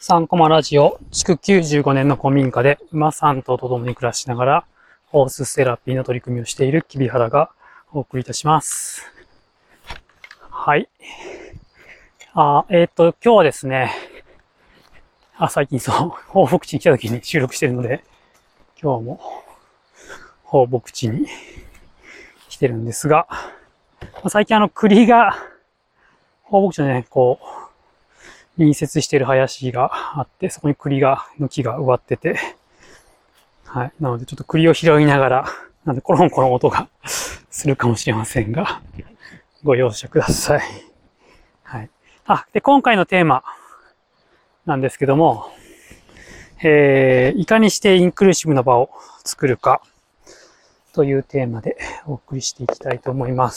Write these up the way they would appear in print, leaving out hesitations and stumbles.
3コマラジオ、築95年の古民家で馬3頭と共に暮らしながら、ホースセラピーの取り組みをしているきびはらがお送りいたします。はい。今日はですね、最近放牧地に来た時に収録してるので、今日も放牧地に来てるんですが、最近栗が、放牧地のね、隣接している林があって、そこに栗の木が植わってて、はい。なのでちょっと栗を拾いながら、なんでコロンコロン音がするかもしれませんが、ご容赦ください。はい。で、今回のテーマなんですけども、いかにしてインクルーシブな場を作るかというテーマでお送りしていきたいと思います。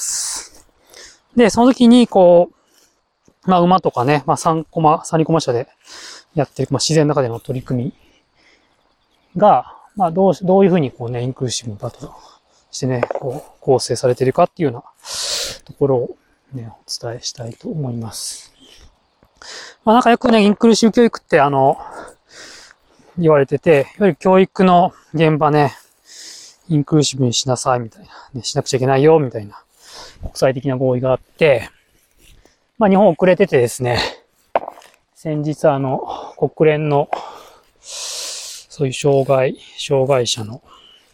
で、その時に馬とかね、3コマ車でやってる、自然の中での取り組みが、どういうふうにインクルーシブな場としてね、構成されているかっていうようなところをね、お伝えしたいと思います。なんかよくね、インクルーシブ教育って言われてて、いわゆる教育の現場ね、インクルーシブにしなさいみたいな、ね、しなくちゃいけないよみたいな国際的な合意があって、日本遅れててですね、先日国連のそういう障害者の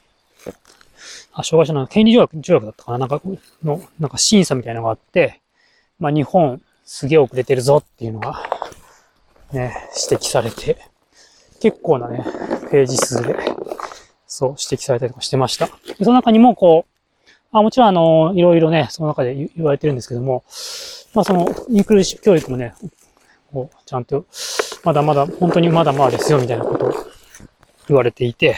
権利条約だったかな、なんか審査みたいなのがあって、日本すげえ遅れてるぞっていうのがね、指摘されて、結構なね、ページ数で、指摘されたりとかしてました。でその中にももちろんいろいろね、その中で言われてるんですけども、インクルーシブ教育もね、ちゃんと、本当にまだまだですよ、みたいなことを言われていて、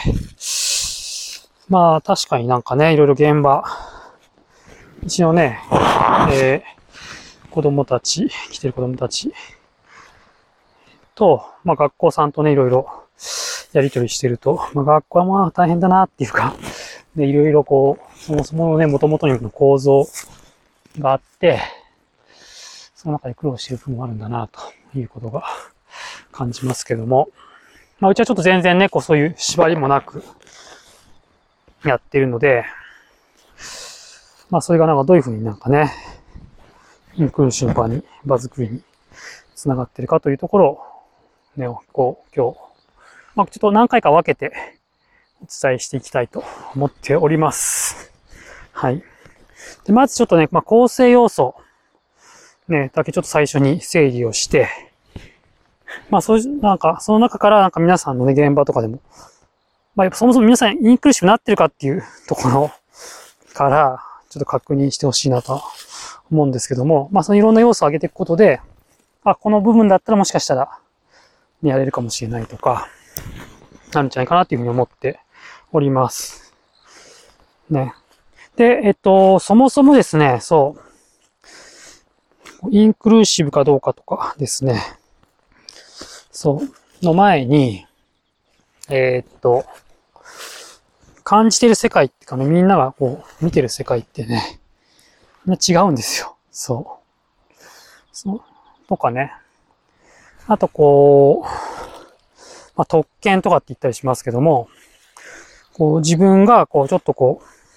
確かになんかね、いろいろ現場、うちのね、来てる子供たちと、学校さんとね、いろいろやりとりしてると、学校は大変だなっていうか、で、いろいろそもそものね、元々の構造があって、その中で苦労している部分もあるんだな、ということが感じますけども。うちはちょっと全然ね、そういう縛りもなくやってるので、それがなんかどういうふうになんかね、インクルーシブの場作りにつながってるかというところを、ね、今日、ちょっと何回か分けてお伝えしていきたいと思っております。はい。で、まずちょっとね、構成要素、ね、だけちょっと最初に整理をして、その中から皆さんのね、現場とかでも、そもそも皆さんインクルーシブになってるかっていうところから、ちょっと確認してほしいなと思うんですけども、そのいろんな要素を上げていくことで、この部分だったらもしかしたら、ね、やれるかもしれないとか、なるんじゃないかなっていうふうに思っております。ね。で、そもそもですね、インクルーシブかどうかとかですね。の前に、感じてる世界っていうかね、みんなが見てる世界ってね、みんな違うんですよ。とかね。あと特権とかって言ったりしますけども、自分がちょっと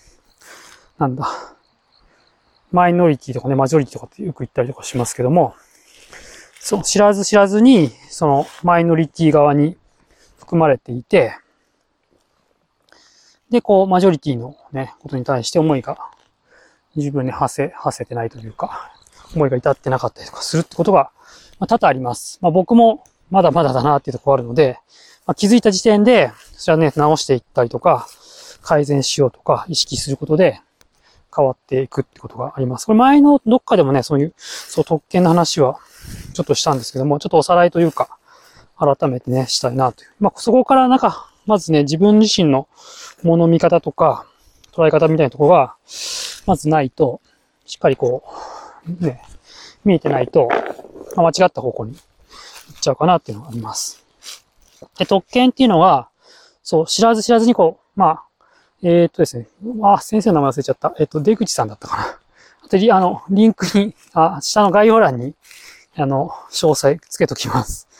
マイノリティとかね、マジョリティとかってよく言ったりとかしますけども、知らずに、マイノリティ側に含まれていて、で、マジョリティのね、ことに対して思いが十分に馳せてないというか、思いが至ってなかったりとかするってことが、多々あります。僕もまだまだだなっていうところがあるので、気づいた時点で、それはね、直していったりとか、改善しようとか、意識することで変わっていくってことがあります。これ前のどっかでもね、特権の話はちょっとしたんですけども、ちょっとおさらいというか、改めてね、したいなという。そこからまずね、自分自身のもの見方とか、捉え方みたいなところが、まずないと、しっかりね、見えてないと、間違った方向に行っちゃうかなっていうのがあります。で、特権っていうのは、知らずにですね、先生の名前忘れちゃった。出口さんだったかな。あと、リンクに、下の概要欄に、詳細つけときます。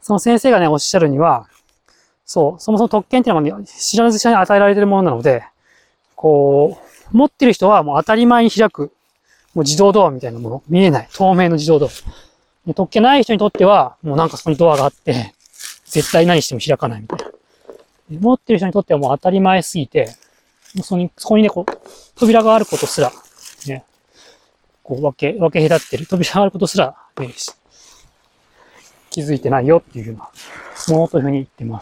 その先生がね、おっしゃるには、そう、そもそも特権っていうのは、ね、知らず知らずに与えられているものなので、こう、持ってる人はもう当たり前に開く、もう自動ドアみたいなもの、見えない、透明の自動ドア。で特権ない人にとっては、もうなんかそこにドアがあって、絶対何しても開かないみたいな。で持ってる人にとってはもう当たり前すぎて、もうそこにね、こう、扉があることすら、ね、こう分け隔ってる扉があることすら、ね、気づいてないよっていうようなものというふうに言ってます。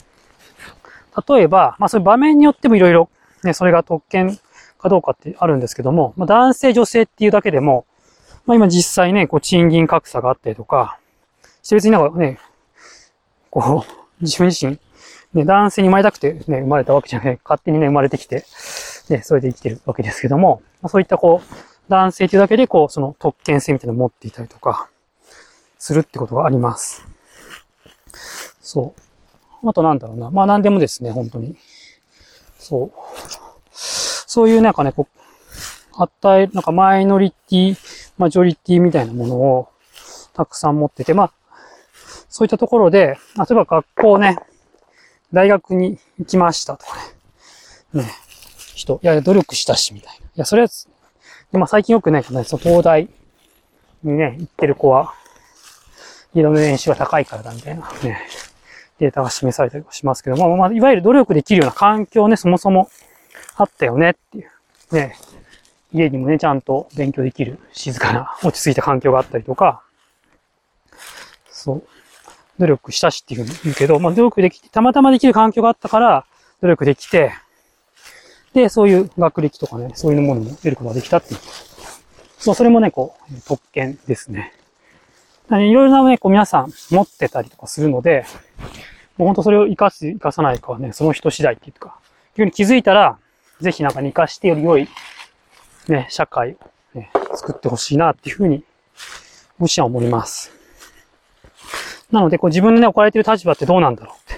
例えば、まあそういう場面によってもいろいろ、ね、それが特権かどうかってあるんですけども、まあ男性女性っていうだけでも、まあ今実際ね、こう賃金格差があったりとか、して別になんかね、こう、自分自身、ね、男性に生まれたくてね、生まれたわけじゃない、勝手にね、生まれてきて、ね、それで生きてるわけですけども、まあ、そういったこう、男性というだけでこう、その特権性みたいなのを持っていたりとか、するってことがあります。そう。あとなんだろうな。まあ何でもですね、本当に。そう。そういうなんかね、こう、なんかマイノリティ、マジョリティみたいなものをたくさん持ってて、まあ、そういったところで、例えば学校ね、大学に行きましたとかね。ね。いや、努力したし、みたいな。いや、それは、まあ最近よくね、その東大にね、行ってる子は、家の年収が高いからだみたいなね、データが示されたりしますけども、まあ、いわゆる努力できるような環境ね、そもそもあったよねっていう。ね、家にもね、ちゃんと勉強できる静かな、落ち着いた環境があったりとか、そう、努力したしっていうふうに言うけど、まあ努力できて、たまたまできる環境があったから、努力できて、で、そういう学歴とかね、そういうものも得ることができたっていう。そう、それもね、こう、特権ですね。いろいろなね、こう皆さん持ってたりとかするので、もう本当それを活かさないかはね、その人次第っていうか、いうふうに気づいたら、ぜひなんか活かしてより良い、ね、社会を、ね、作ってほしいなっていうふうに、私は思います。なので、こう自分のね、置かれている立場ってどうなんだろうって、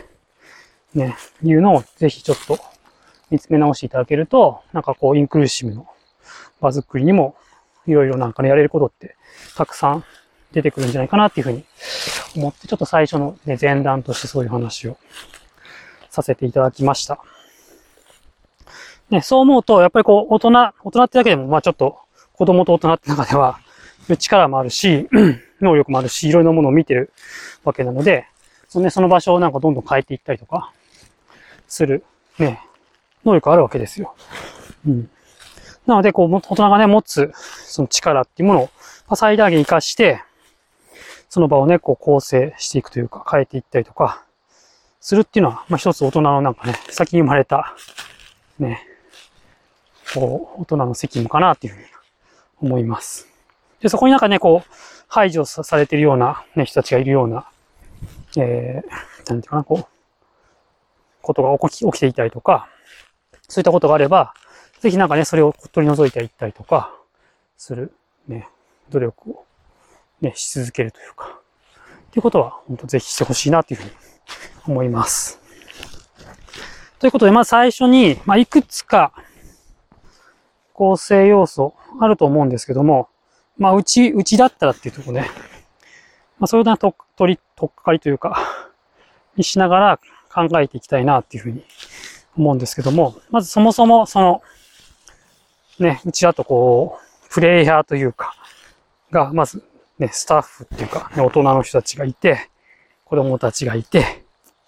ね、いうのをぜひちょっと見つめ直していただけると、なんかこうインクルーシブの場作りにも、いろいろなんかね、やれることってたくさん出てくるんじゃないかなっていうふうに思って、ちょっと最初の、ね、前段としてそういう話をさせていただきました。ね、そう思うと、やっぱりこう、大人ってだけでも、まあちょっと、子供と大人って中では、力もあるし、能力もあるし、いろいろなものを見てるわけなので、その場所をなんかどんどん変えていったりとか、する、ね、能力あるわけですよ。うん。なので、こう、大人がね、持つ、その力っていうものを、最大限活かして、その場をね、こう構成していくというか、変えていったりとか、するっていうのは、まあ一つ大人のなんかね、先に生まれた、ね、こう、大人の責務かなっていうふうに思います。で、そこになんかね、こう、排除されているような、ね、人たちがいるような、なんていうかな、こう、ことが起きていたりとか、そういったことがあれば、ぜひなんかね、それを取り除いていったりとか、する、ね、努力を、ね、し続けるというか、っていうことは、本当ぜひしてほしいなというふうに思います。ということで、まず最初に、まあ、いくつか構成要素あると思うんですけども、まあ、うちだったらっていうところね、まあ、そういうようなとっかかりというか、にしながら考えていきたいなっていうふうに思うんですけども、まずそもそも、ね、うちだとこう、プレイヤーというか、が、まず、ね、スタッフっていうか、ね、大人の人たちがいて、子供たちがいて、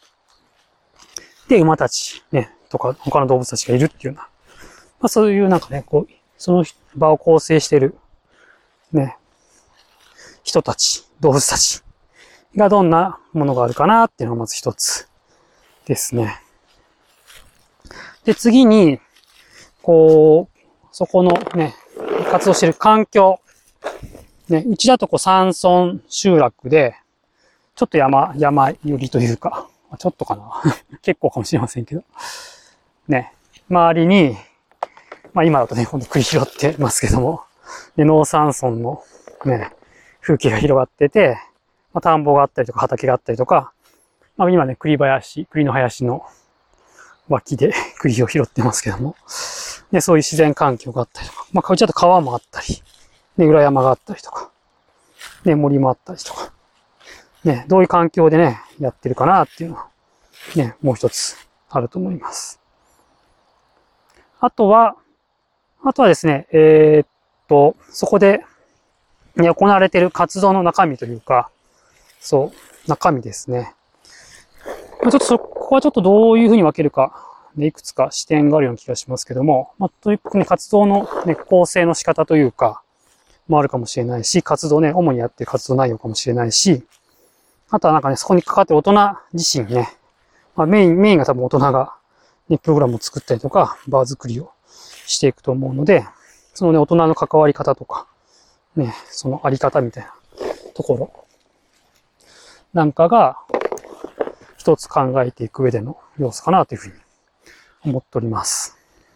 で、馬たち、ね、とか、他の動物たちがいるっていうような、まあそういうなんかね、こう、その場を構成している、ね、人たち、動物たちがどんなものがあるかなっていうのがまず一つですね。で、次に、こう、そこのね、活動している環境。ね、うちだとこう山村集落で、ちょっと山寄りというか、ちょっとかな結構かもしれませんけど。ね、周りに、まあ今だとね、ほんと栗拾ってますけども、で農山村のね、風景が広がってて、まあ、田んぼがあったりとか畑があったりとか、まあ今ね、栗の林の脇で栗を拾ってますけども、ね、そういう自然環境があったりとか、まあうちだと川もあったり、ね、裏山があったりとか、ね、森もあったりとか、ね、どういう環境でね、 やってるかなっていうのは、ね、もう一つあると思います。あとはですね、そこで、ね、行われている活動の中身というか、そう、中身ですね。ちょっとここはちょっとどういうふうに分けるか、ね、いくつか視点があるような気がしますけども、とにかくね、活動のね、構成の仕方というか、もあるかもしれないし、活動ね、主にやってる活動内容かもしれないし、あとはなんかね、そこに関わってる大人自身ね、メインが多分大人が、ね、プログラムを作ったりとか、バー作りをしていくと思うので、そのね、大人の関わり方とか、ね、そのあり方みたいなところなんかが、一つ考えていく上での要素かなというふうに思っております。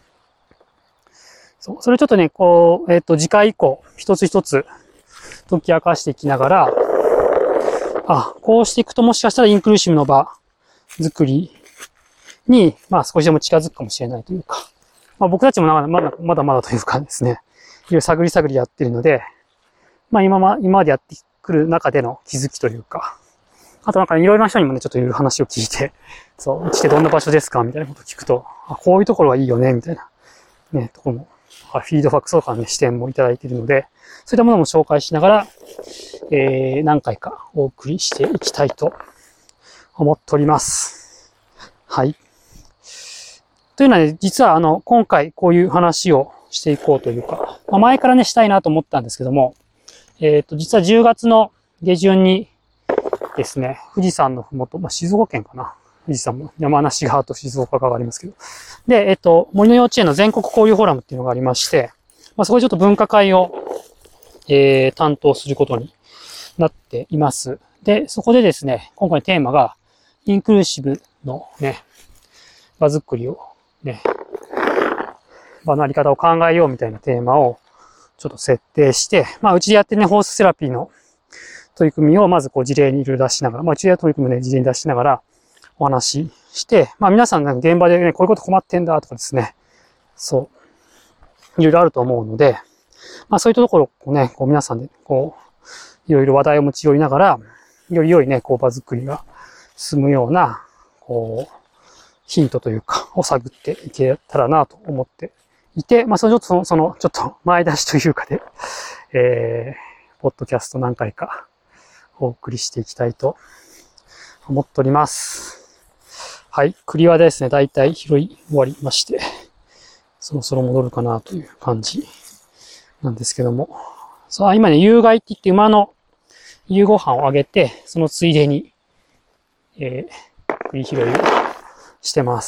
そう、それちょっとね、こう、次回以降、一つ一つ解き明かしていきながら、こうしていくともしかしたらインクルーシブの場作りに、少しでも近づくかもしれないというか、僕たちもまだまだというかですね、いろいろ探りやってるので、今までやってくる中での気づきというか、あとなんかいろいろな人にもね、ちょっといろいろ話を聞いて、そう、うちってどんな場所ですかみたいなことを聞くと、こういうところはいいよね、みたいな、ね、ところも、フィードバックとかね、視点もいただいているので、そういったものも紹介しながら、何回かお送りしていきたいと思っております。はい。というのはね、実は今回こういう話をしていこうというか、前からね、したいなと思ったんですけども、実は10月の下旬にですね、富士山のふもと、静岡県かな。富士山も山梨側と静岡側がありますけど。で、森の幼稚園の全国交流フォーラムっていうのがありまして、そこでちょっと分科会を、担当することになっています。で、そこでですね、今回のテーマが、インクルーシブのね、場作りをね、場のあり方を考えようみたいなテーマをちょっと設定して、うちでやってるね、ホースセラピーの取り組みをまずこう事例にいろいろ出しながら、うちで取り組みね、事例に出しながらお話しして、皆さんね、現場でね、こういうこと困ってんだとかですね、そう、いろいろあると思うので、そういったところをね、こう皆さんでこう、いろいろ話題を持ち寄りながら、より良いね、こう場作りが進むような、こう、ヒントというか、を探っていけたらなと思っていて、そのちょっと前出しというかで、ポッドキャスト何回かお送りしていきたいと思っております。はい。栗はですね、だいたい拾い終わりまして、そろそろ戻るかなという感じなんですけども。今ね、有害って言って馬の夕ご飯をあげて、そのついでに、栗拾いをしてます。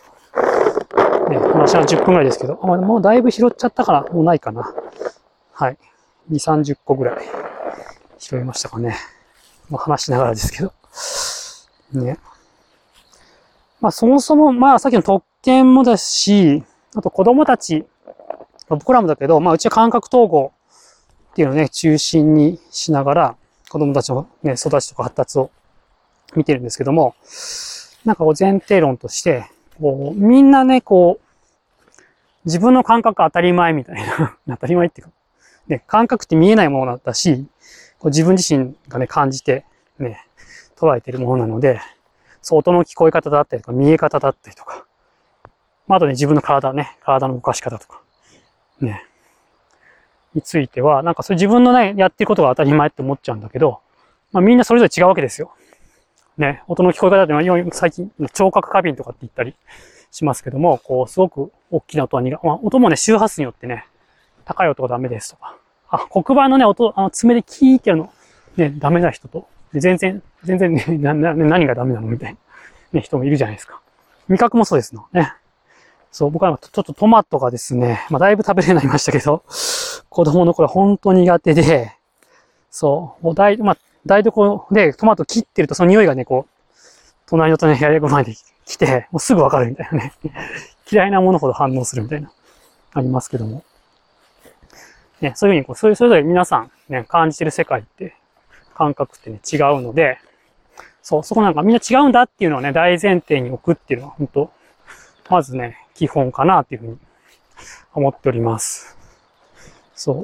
ね、話は10分ぐらいですけど、もうだいぶ拾っちゃったから、もうないかな。はい。2、30個ぐらい拾いましたかね。話しながらですけど。ね。そもそも、さっきの特権もだし、あと子供たち、僕らもだけど、うちは感覚統合っていうのをね、中心にしながら、子供たちのね、育ちとか発達を見てるんですけども、なんかこう前提論として、こう、みんなね、こう、自分の感覚当たり前みたいな、当たり前っていうか、ね、感覚って見えないものだし、こう自分自身がね、感じて、ね、捉えているものなので、そう、音の聞こえ方だったりとか、見え方だったりとか、あとね、自分の体の動かし方とか、ね、については、なんかそれ自分のね、やってることが当たり前って思っちゃうんだけど、みんなそれぞれ違うわけですよ。ね、音の聞こえ方って最近、聴覚過敏とかって言ったりしますけども、こう、すごく大きな音は音もね、周波数によってね、高い音がダメですとか、黒板のね、音、爪でキーってやるの、ね、ダメな人と、全然ね、何がダメなのみたいな、ね、人もいるじゃないですか。味覚もそうですのね。そう、僕はちょっとトマトがですね、だいぶ食べれるようになりましたけど、子供の頃本当に苦手で、そう、もう台所でトマト切ってるとその匂いがね、こう、隣の部屋まで来て、もうすぐわかるみたいなね。嫌いなものほど反応するみたいな、ありますけども。ね、そういうふうにそれぞれ皆さんね、感じてる世界って、感覚ってね、違うので、そう、そこなんかみんな違うんだっていうのをね、大前提に置くっていうのは、本当まずね、基本かなっていうふうに思っております。そう。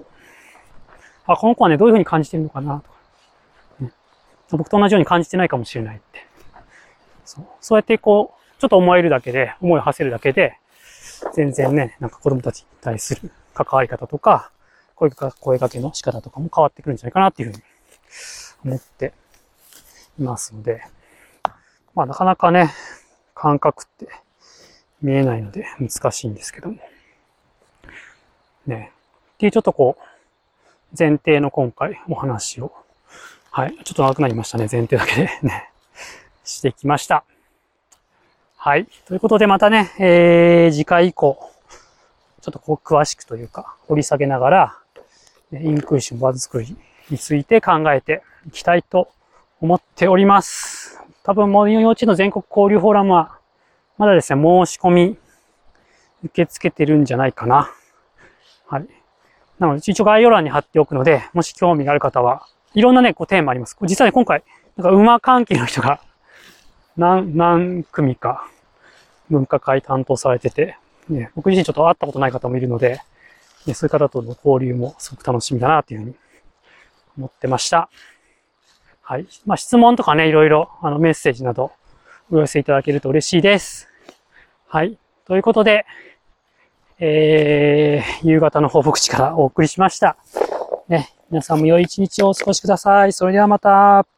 この子はね、どういうふうに感じてるのかなとか、ね。僕と同じように感じてないかもしれないってそうやってこう、ちょっと思いを馳せるだけで、全然ね、なんか子供たちに対する関わり方とか、声かけの仕方とかも変わってくるんじゃないかなっていうふうに思っていますので、まあなかなかね、感覚って見えないので難しいんですけども。ね。っていうちょっとこう、前提の今回お話を、はい、ちょっと長くなりましたね。前提だけでね、してきました。はい。ということでまたね、次回以降、ちょっとこう詳しくというか、掘り下げながら、インクルーションワード作りについて考えていきたいと思っております。多分もう幼稚園の全国交流フォーラムは、まだですね、申し込み受け付けてるんじゃないかな。はい。なので、一応概要欄に貼っておくので、もし興味がある方は、いろんなね、こうテーマあります。実はね、今回、なんか馬関係の人が何組か分科会担当されてて、ね、僕自身ちょっと会ったことない方もいるので、ね、そういう方との交流もすごく楽しみだなというふうに思ってました。はい。まあ、質問とかね、いろいろ、メッセージなどお寄せいただけると嬉しいです。はい。ということで、夕方の放牧地からお送りしました。ね、皆さんも良い一日をお過ごしください。それではまた。